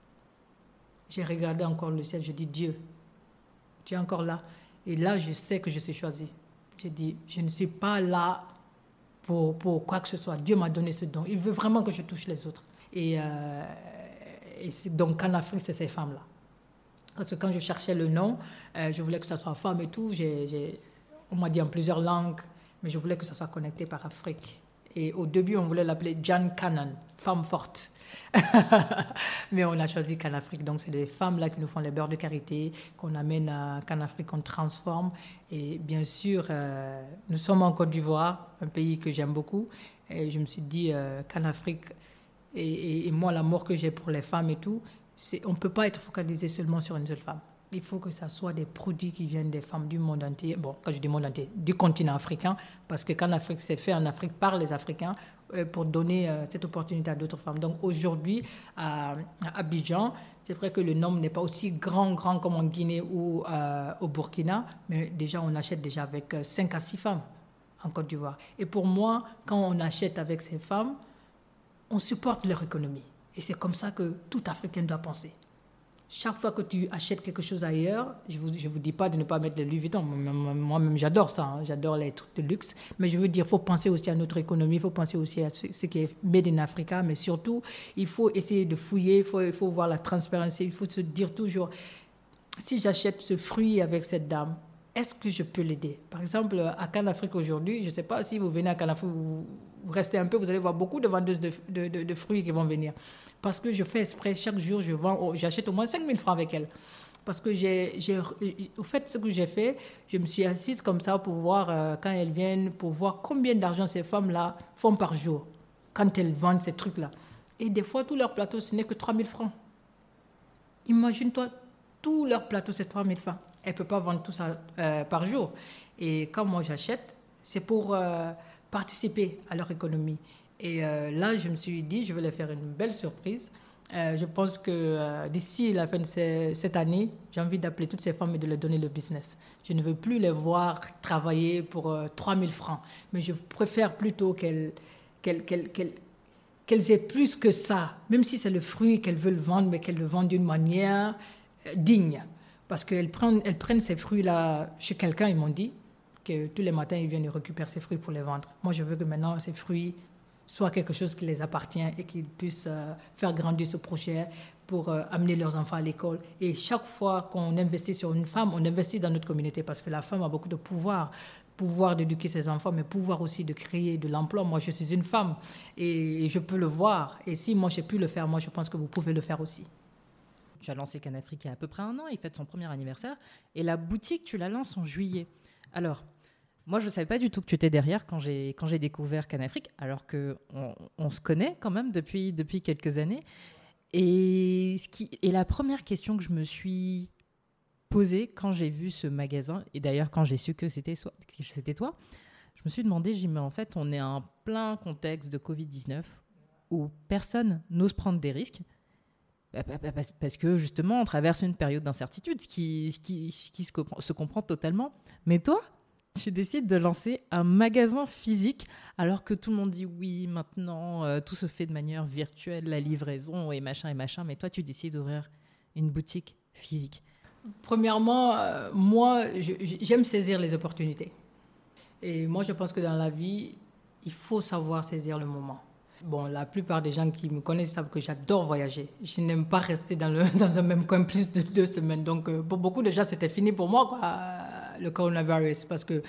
J'ai regardé encore le ciel, je dis, Dieu, tu es encore là. Et là, je sais que je suis choisie. J'ai dit, je ne suis pas là pour, pour quoi que ce soit. Dieu m'a donné ce don. Il veut vraiment que je touche les autres. Et, euh, et c'est donc en Afrique, c'est ces femmes-là. Parce que quand je cherchais le nom, euh, je voulais que ça soit femme et tout. J'ai, j'ai, on m'a dit en plusieurs langues, mais je voulais que ça soit connecté par Afrique. Et au début, on voulait l'appeler Jan Cannon, femme forte. Mais on a choisi Canafrique. Donc, c'est des femmes-là qui nous font les beurres de karité, qu'on amène à Canafrique, qu'on transforme. Et bien sûr, euh, nous sommes en Côte d'Ivoire, un pays que j'aime beaucoup. Et je me suis dit, euh, Canafrique, et, et, et moi, l'amour que j'ai pour les femmes et tout, c'est, on ne peut pas être focalisé seulement sur une seule femme. Il faut que ça soit des produits qui viennent des femmes du monde entier. Bon, quand je dis monde entier, du continent africain, parce que Canafrique, c'est fait en Afrique par les Africains euh, pour donner euh, cette opportunité à d'autres femmes. Donc aujourd'hui, à, à Abidjan, c'est vrai que le nombre n'est pas aussi grand, grand comme en Guinée ou euh, au Burkina, mais déjà, on achète déjà avec cinq à six femmes en Côte d'Ivoire. Et pour moi, quand on achète avec ces femmes, on supporte leur économie. Et c'est comme ça que tout Africain doit penser. Chaque fois que tu achètes quelque chose ailleurs, je ne vous, je vous dis pas de ne pas mettre les Louis Vuitton. Moi-même, j'adore ça. Hein. J'adore les trucs de luxe. Mais je veux dire, il faut penser aussi à notre économie. Il faut penser aussi à ce qui est made in Africa. Mais surtout, il faut essayer de fouiller. Il faut, il faut voir la transparence. Il faut se dire toujours, si j'achète ce fruit avec cette dame, est-ce que je peux l'aider? Par exemple, à Canafrique aujourd'hui, je ne sais pas si vous venez à Canafrique, vous, vous restez un peu, vous allez voir beaucoup de vendeuses de, de, de, de fruits qui vont venir. Parce que je fais exprès, chaque jour, je vends, j'achète au moins cinq mille francs avec elles. Parce que j'ai, j'ai, au fait, ce que j'ai fait, je me suis assise comme ça pour voir, euh, quand elles viennent, pour voir combien d'argent ces femmes-là font par jour, quand elles vendent ces trucs-là. Et des fois, tout leur plateau, ce n'est que trois mille francs. Imagine-toi, tout leur plateau, c'est trois mille francs. Elle ne peut pas vendre tout ça euh, par jour. Et quand moi j'achète, c'est pour euh, participer à leur économie. Et euh, là, je me suis dit, je vais leur faire une belle surprise. Euh, je pense que euh, d'ici la fin de ces, cette année, j'ai envie d'appeler toutes ces femmes et de leur donner le business. Je ne veux plus les voir travailler pour euh, trois mille francs, mais je préfère plutôt qu'elles, qu'elles, qu'elles, qu'elles, qu'elles aient plus que ça, même si c'est le fruit qu'elles veulent vendre, mais qu'elles le vendent d'une manière euh, digne. Parce qu'elles prennent, elles prennent ces fruits-là chez quelqu'un, ils m'ont dit, que tous les matins, ils viennent récupérer ces fruits pour les vendre. Moi, je veux que maintenant, ces fruits soient quelque chose qui les appartient et qu'ils puissent euh, faire grandir ce projet pour euh, amener leurs enfants à l'école. Et chaque fois qu'on investit sur une femme, on investit dans notre communauté parce que la femme a beaucoup de pouvoir. Pouvoir d'éduquer ses enfants, mais pouvoir aussi de créer de l'emploi. Moi, je suis une femme et je peux le voir. Et si moi, j'ai pu le faire, moi, je pense que vous pouvez le faire aussi. Tu as lancé Canafrique il y a à peu près un an, il fête son premier anniversaire. Et la boutique, tu la lances en juillet. Alors, moi, je ne savais pas du tout que tu étais derrière quand j'ai, quand j'ai découvert Canafrique, alors qu'on on se connaît quand même depuis, depuis quelques années. Et, ce qui, et la première question que je me suis posée quand j'ai vu ce magasin, et d'ailleurs quand j'ai su que c'était, so- que c'était toi, je me suis demandé, j'ai dit, mais en fait, on est en plein contexte de covid dix-neuf où personne n'ose prendre des risques. Parce que justement, on traverse une période d'incertitude, ce qui, ce qui, ce qui se, comprend, se comprend totalement. Mais toi, tu décides de lancer un magasin physique, alors que tout le monde dit oui, maintenant, euh, tout se fait de manière virtuelle, la livraison et machin et machin. Mais toi, tu décides d'ouvrir une boutique physique. Premièrement, euh, moi, je, j'aime saisir les opportunités. Et moi, je pense que dans la vie, il faut savoir saisir le moment. Bon, la plupart des gens qui me connaissent savent que j'adore voyager. Je n'aime pas rester dans, le, dans un même coin plus de deux semaines. Donc, euh, pour beaucoup de gens, c'était fini pour moi, quoi, le coronavirus. Parce que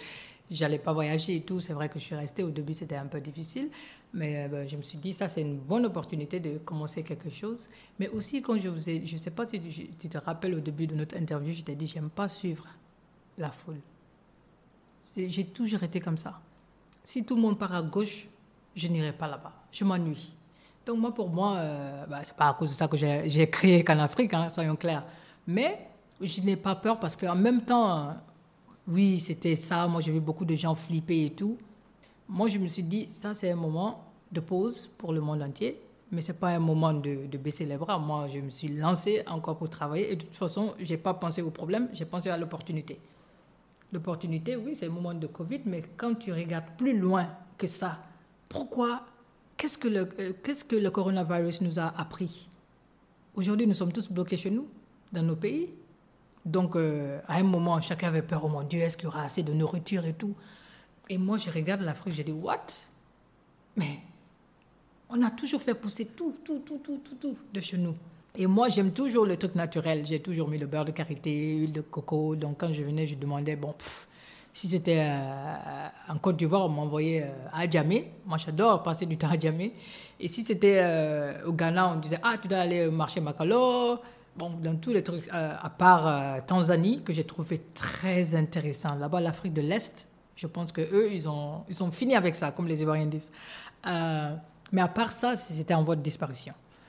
j'allais pas voyager et tout. C'est vrai que je suis restée. Au début, c'était un peu difficile. Mais euh, ben, je me suis dit, ça, c'est une bonne opportunité de commencer quelque chose. Mais aussi, quand je vous ai... Je sais pas si tu, tu te rappelles, au début de notre interview, je t'ai dit, j'aime pas suivre la foule. C'est, j'ai toujours été comme ça. Si tout le monde part à gauche, je n'irai pas là-bas. Je m'ennuie. Donc moi, pour moi, euh, bah, c'est pas à cause de ça que j'ai, j'ai créé Canafrique, hein, soyons clairs. Mais je n'ai pas peur parce qu'en même temps, oui, c'était ça. Moi, j'ai vu beaucoup de gens flipper et tout. Moi, je me suis dit, ça, c'est un moment de pause pour le monde entier. Mais ce n'est pas un moment de, de baisser les bras. Moi, je me suis lancée encore pour travailler. Et de toute façon, je n'ai pas pensé au problème, j'ai pensé à l'opportunité. L'opportunité, oui, c'est le moment de Covid, mais quand tu regardes plus loin que ça, pourquoi, qu'est-ce que le, euh, qu'est-ce que le coronavirus nous a appris? Aujourd'hui, nous sommes tous bloqués chez nous, dans nos pays. Donc, euh, à un moment, chacun avait peur, oh mon Dieu, est-ce qu'il y aura assez de nourriture et tout? Et moi, je regarde l'Afrique, je dis, what? Mais on a toujours fait pousser tout, tout, tout, tout, tout, tout de chez nous. Et moi, j'aime toujours le truc naturel. J'ai toujours mis le beurre de karité, l'huile de coco. Donc, quand je venais, je demandais, bon, pff, si c'était euh, en Côte d'Ivoire, on m'envoyait euh, à Djamé. Moi, j'adore passer du temps à Djamé. Et si c'était euh, au Ghana, on disait, ah, tu dois aller au marché Makalo. Bon, dans tous les trucs, euh, à part euh, Tanzanie, que j'ai trouvé très intéressant. Là-bas, l'Afrique de l'Est, je pense qu'eux, ils ont, ils ont fini avec ça, comme les Ivoiriens disent. Euh, mais à part ça, c'était en voie de disparition.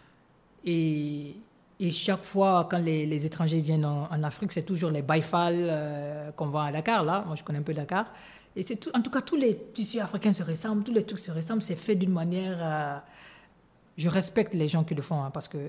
Et, et chaque fois, quand les, les étrangers viennent en, en Afrique, c'est toujours les baïfal euh, qu'on vend à Dakar, là. Moi, je connais un peu Dakar. Et c'est tout, en tout cas, tous les tissus africains se ressemblent, tous les trucs se ressemblent. C'est fait d'une manière... Euh, je respecte les gens qui le font, hein, parce que,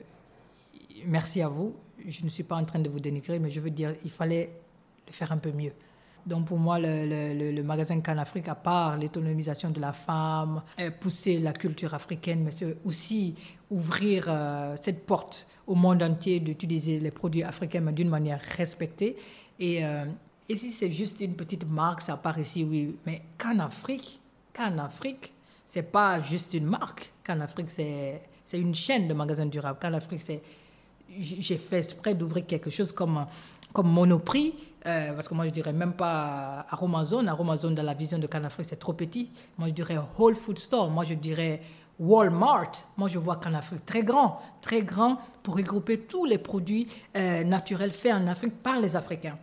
merci à vous, je ne suis pas en train de vous dénigrer, mais je veux dire, il fallait le faire un peu mieux. Donc pour moi, le, le, le magasin Canafrique, à part l'autonomisation de la femme, pousser la culture africaine, mais c'est aussi ouvrir euh, cette porte au monde entier d'utiliser les produits africains, mais d'une manière respectée. Et, euh, et si c'est juste une petite marque, ça part ici, oui. Mais Canafrique, Canafrique, c'est pas juste une marque. Canafrique, c'est, c'est une chaîne de magasins durables. Canafrique, c'est... J'ai fait exprès d'ouvrir quelque chose comme... comme Monoprix, euh, parce que moi je dirais même pas Aromazone. Aromazone dans la vision de Canafrique c'est trop petit. Moi je dirais Whole Food Store, moi je dirais Walmart. Moi je vois Canafrique très grand, très grand pour regrouper tous les produits euh, naturels faits en Afrique par les Africains.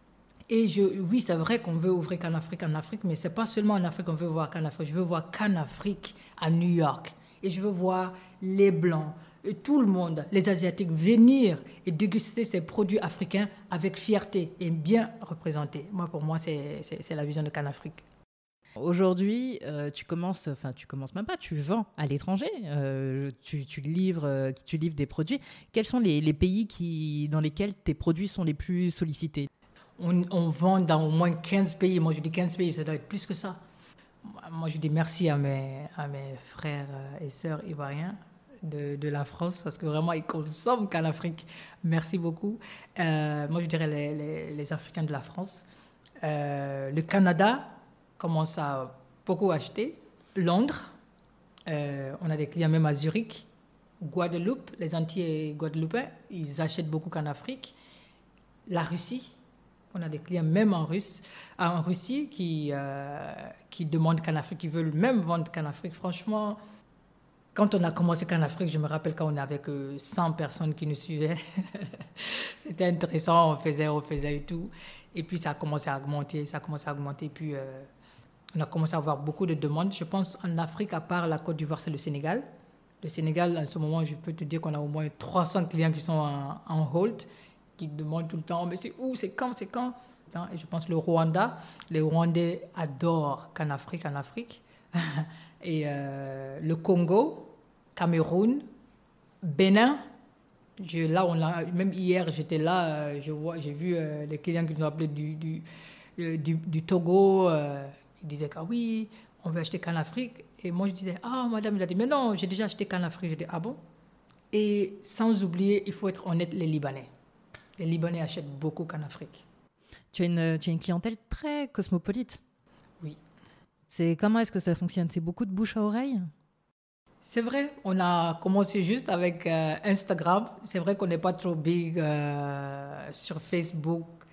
Et je, oui, c'est vrai qu'on veut ouvrir Canafrique en Afrique, mais c'est pas seulement en Afrique qu'on veut voir Canafrique. Je veux voir Canafrique à New York. Et je veux voir les Blancs, tout le monde, les Asiatiques, venir et déguster ces produits africains avec fierté et bien représentés. Moi, pour moi, c'est, c'est, c'est la vision de Canafrique. Aujourd'hui, euh, tu commences, enfin, tu commences même pas, tu vends à l'étranger, euh, tu, tu, livres, tu livres des produits. Quels sont les, les pays qui, dans lesquels tes produits sont les plus sollicités? on, on vend dans au moins quinze pays. Moi, je dis quinze pays, ça doit être plus que ça. Moi, je dis merci à mes, à mes frères et sœurs ivoiriens de, de la France, parce que vraiment, ils consomment Canafrique. Merci beaucoup. Euh, moi, je dirais les, les, les Africains de la France. Euh, le Canada commence à beaucoup acheter. Londres, euh, on a des clients même à Zurich. Guadeloupe, les Antillais guadeloupéens, ils achètent beaucoup Canafrique. La Russie, on a des clients même en, Russe, en Russie qui, euh, qui demandent Canafrique, qui veulent même vendre Canafrique. Franchement, quand on a commencé Canafrique, je me rappelle quand on avait que cent personnes qui nous suivaient. C'était intéressant, on faisait, on faisait et tout. Et puis ça a commencé à augmenter, ça a commencé à augmenter. Puis euh, on a commencé à avoir beaucoup de demandes. Je pense en Afrique, à part la Côte d'Ivoire, c'est le Sénégal. Le Sénégal, en ce moment, je peux te dire qu'on a au moins trois cents clients qui sont en, en hold, qui demandent tout le temps, mais c'est où, c'est quand, c'est quand? Et je pense le Rwanda, les Rwandais adorent Canafrique en Afrique. Et euh, le Congo, Cameroun, Bénin. Je, là, on a, même hier, j'étais là, je vois, j'ai vu euh, les clients qui nous ont appelés du, du, du, du Togo. Euh, ils disaient que ah oui, on veut acheter Canafrique. Et moi, je disais, ah, madame, il a dit, mais non, j'ai déjà acheté Canafrique. Je dis, ah bon? Et sans oublier, il faut être honnête, les Libanais. Les Libanais achètent beaucoup Canafrique. Tu as une, tu as une clientèle très cosmopolite. Oui. C'est, comment est-ce que ça fonctionne? C'est beaucoup de bouche à oreille? C'est vrai, on a commencé juste avec euh, Instagram. C'est vrai qu'on n'est pas trop big euh, sur Facebook.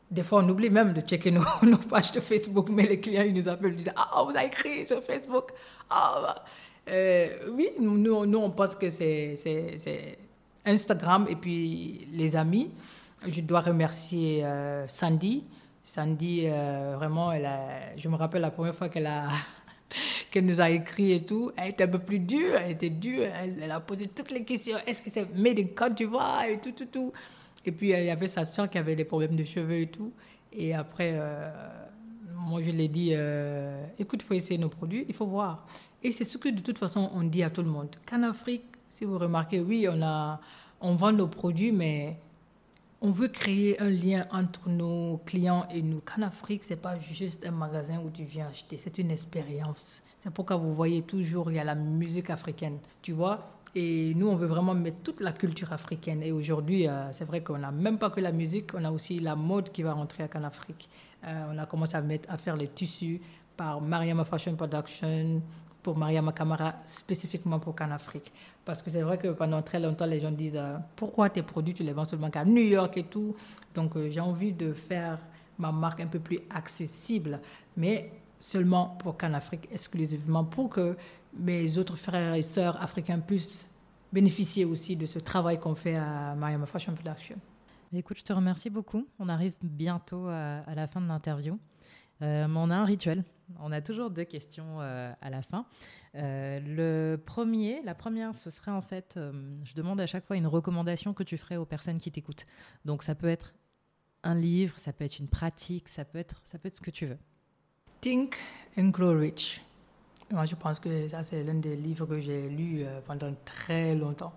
Des fois, on oublie même de checker nos, nos pages de Facebook, mais les clients, ils nous appellent, ils disent « Ah, vous avez écrit sur Facebook !» Ah, bah. euh, Oui, nous, nous, on pense que c'est, c'est, c'est Instagram et puis les amis. Je dois remercier euh, Sandy. Sandy, euh, vraiment, elle a, je me rappelle la première fois qu'elle, a, qu'elle nous a écrit et tout. Elle était un peu plus dure, elle était dure. Elle, elle a posé toutes les questions. Est-ce que c'est made in Côte d'Ivoire et tout, tout, tout. Et puis, il y avait sa soeur qui avait des problèmes de cheveux et tout. Et après, euh, moi, je lui ai dit, euh, écoute, il faut essayer nos produits, il faut voir. Et c'est ce que, de toute façon, on dit à tout le monde. Canafrique, si vous remarquez, oui, on, a, on vend nos produits, mais on veut créer un lien entre nos clients et nous. Canafrique, ce n'est pas juste un magasin où tu viens acheter, c'est une expérience. C'est pourquoi vous voyez toujours, il y a la musique africaine, tu vois. Et nous, on veut vraiment mettre toute la culture africaine. Et aujourd'hui, euh, c'est vrai qu'on n'a même pas que la musique, on a aussi la mode qui va rentrer à Canafrique. Euh, on a commencé à, mettre, à faire les tissus par Mariama Fashion Production, pour Mariama Camara, spécifiquement pour Canafrique. Parce que c'est vrai que pendant très longtemps, les gens disent euh, « Pourquoi tes produits, tu les vends seulement qu'à New York et tout ?» Donc, euh, j'ai envie de faire ma marque un peu plus accessible, mais seulement pour Canafrique, exclusivement, pour que mes autres frères et sœurs africains puissent bénéficier aussi de ce travail qu'on fait à Mariama Fashion Production. Écoute, je te remercie beaucoup. On arrive bientôt à, à la fin de l'interview. Euh, mais on a un rituel. On a toujours deux questions euh, à la fin. Euh, le premier, la première, ce serait en fait, euh, je demande à chaque fois une recommandation que tu ferais aux personnes qui t'écoutent. Donc ça peut être un livre, ça peut être une pratique, ça peut être, ça peut être ce que tu veux. Think and Grow Rich. Moi, je pense que ça, c'est l'un des livres que j'ai lu euh, pendant très longtemps.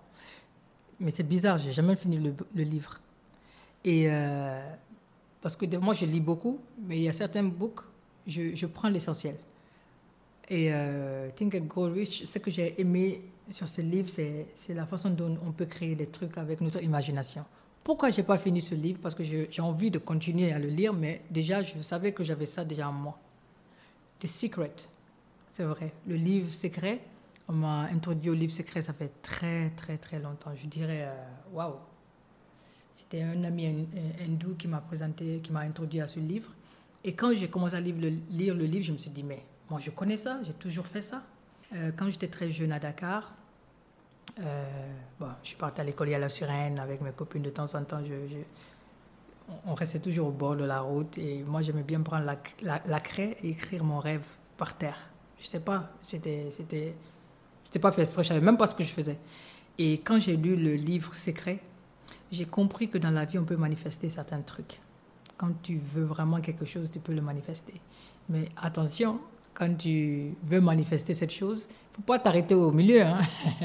Mais c'est bizarre, j'ai jamais fini le, le livre. Et euh, parce que moi, je lis beaucoup, mais il y a certains books, je, je prends l'essentiel. Et euh, Think and Grow Rich, ce que j'ai aimé sur ce livre, c'est, c'est la façon dont on peut créer des trucs avec notre imagination. Pourquoi je n'ai pas fini ce livre? Parce que je, j'ai envie de continuer à le lire, mais déjà, je savais que j'avais ça déjà en moi. The Secret. C'est vrai. Le livre secret, on m'a introduit au livre secret, ça fait très, très, très longtemps. Je dirais, waouh. Wow. C'était un ami hindou qui m'a présenté, qui m'a introduit à ce livre. Et quand j'ai commencé à lire le, lire le livre, je me suis dit, mais moi, je connais ça, j'ai toujours fait ça. Euh, quand j'étais très jeune à Dakar, euh, bon, je partais à l'école à la Surène avec mes copines de temps en temps. Je, je, on restait toujours au bord de la route. Et moi, j'aimais bien prendre la, la, la craie et écrire mon rêve par terre. Je sais pas, c'était, c'était, c'était pas fait exprès, je savais même pas ce que je faisais. Et quand j'ai lu le livre secret, j'ai compris que dans la vie, on peut manifester certains trucs. Quand tu veux vraiment quelque chose, tu peux le manifester. Mais attention, quand tu veux manifester cette chose, il ne faut pas t'arrêter au milieu. Hein.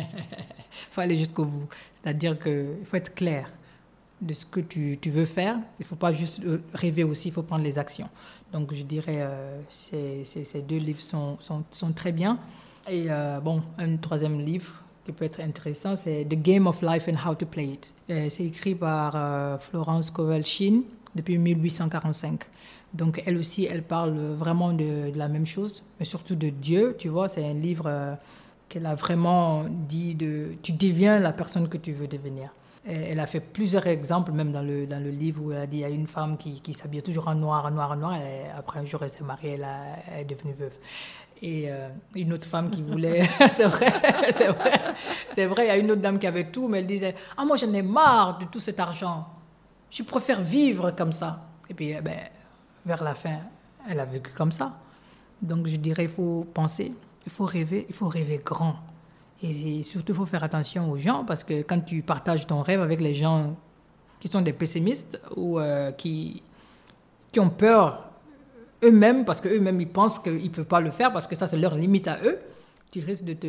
Il faut aller jusqu'au bout. C'est-à-dire qu'il faut être clair de ce que tu, tu veux faire. Il ne faut pas juste rêver aussi, il faut prendre les actions. Donc, je dirais euh, ces, ces, ces deux livres sont, sont, sont très bien. Et euh, bon, un troisième livre qui peut être intéressant, c'est « The Game of Life and How to Play It ». C'est écrit par euh, Florence Kowalchin depuis mille huit cent quarante-cinq. Donc, elle aussi, elle parle vraiment de, de la même chose, mais surtout de Dieu, tu vois. C'est un livre euh, qu'elle a vraiment dit de « Tu deviens la personne que tu veux devenir ». Elle a fait plusieurs exemples, même dans le, dans le livre, où elle a dit il y a une femme qui, qui s'habillait toujours en noir, en noir, en noir. Et après un jour, elle s'est mariée, elle, a, elle est devenue veuve. Et euh, une autre femme qui voulait... c'est vrai, c'est vrai, c'est vrai, il y a une autre dame qui avait tout, mais elle disait « Ah, moi, j'en ai marre de tout cet argent. Je préfère vivre comme ça. » Et puis, ben, vers la fin, elle a vécu comme ça. Donc, je dirais, il faut penser, il faut rêver, il faut rêver grand. Et surtout, il faut faire attention aux gens, parce que quand tu partages ton rêve avec les gens qui sont des pessimistes ou euh, qui, qui ont peur eux-mêmes, parce qu'eux-mêmes, ils pensent qu'ils ne peuvent pas le faire, parce que ça, c'est leur limite à eux, tu risques de, te,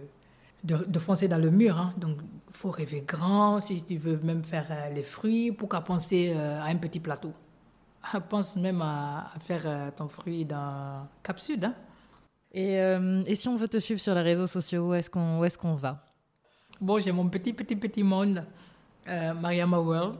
de, de foncer dans le mur. Hein. Donc, il faut rêver grand. Si tu veux même faire euh, les fruits, pourquoi penser euh, à un petit plateau? Pense même à, à faire euh, ton fruit dans Cap Sud, hein. Et, euh, et si on veut te suivre sur les réseaux sociaux, où est-ce qu'on, où est-ce qu'on va? Bon, j'ai mon petit, petit, petit monde, euh, Mariama World.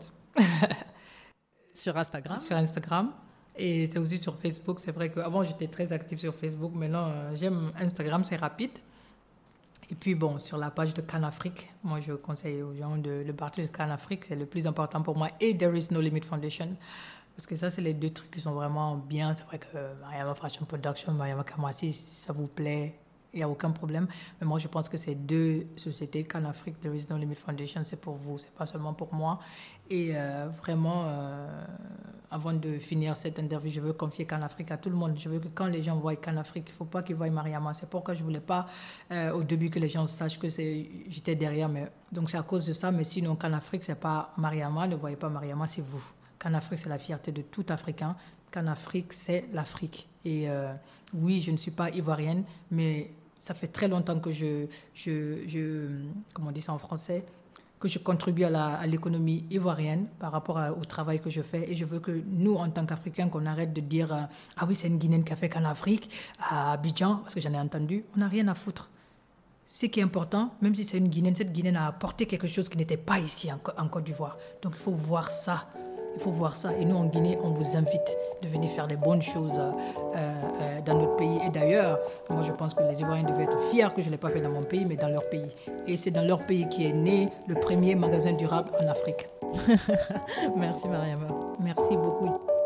Sur Instagram? Sur Instagram. Et c'est aussi sur Facebook. C'est vrai qu'avant, j'étais très active sur Facebook. Maintenant, euh, j'aime Instagram, c'est rapide. Et puis, bon, sur la page de Canafrique, moi, je conseille aux gens de, de partir de Canafrique. C'est le plus important pour moi. Et There is No Limit Foundation. Parce que ça, c'est les deux trucs qui sont vraiment bien. C'est vrai que Mariama Fashion Production, Mariama Kamoissi, si ça vous plaît, il n'y a aucun problème. Mais moi, je pense que ces deux sociétés, Canafrique, There is no Limit Foundation, c'est pour vous, c'est pas seulement pour moi. Et euh, vraiment, euh, avant de finir cette interview, je veux confier Canafrique à tout le monde. Je veux que quand les gens voient Canafrique, il ne faut pas qu'ils voient Mariama. C'est pourquoi je ne voulais pas euh, au début que les gens sachent que c'est, j'étais derrière. Mais, donc c'est à cause de ça. Mais sinon, Canafrique, ce n'est pas Mariama. Ne voyez pas Mariama, c'est vous. Canafrique, c'est la fierté de tout Africain. Canafrique, c'est l'Afrique. Et euh, oui, je ne suis pas ivoirienne, mais ça fait très longtemps que je, je, je comment on dit ça en français, que je contribue à, la, à l'économie ivoirienne par rapport à, au travail que je fais. Et je veux que nous, en tant qu'Africains, qu'on arrête de dire euh, « Ah oui, c'est une Guinéenne qui a fait Canafrique à Abidjan », parce que j'en ai entendu. On n'a rien à foutre. Ce qui est important, même si c'est une Guinéenne, cette Guinéenne a apporté quelque chose qui n'était pas ici en, en Côte d'Ivoire. Donc il faut voir ça. Il faut voir ça. Et nous, en Guinée, on vous invite de venir faire des bonnes choses euh, euh, dans notre pays. Et d'ailleurs, moi, je pense que les Ivoiriens devaient être fiers que je ne l'ai pas fait dans mon pays, mais dans leur pays. Et c'est dans leur pays qui est né le premier magasin durable en Afrique. Merci, Mariama. Merci beaucoup.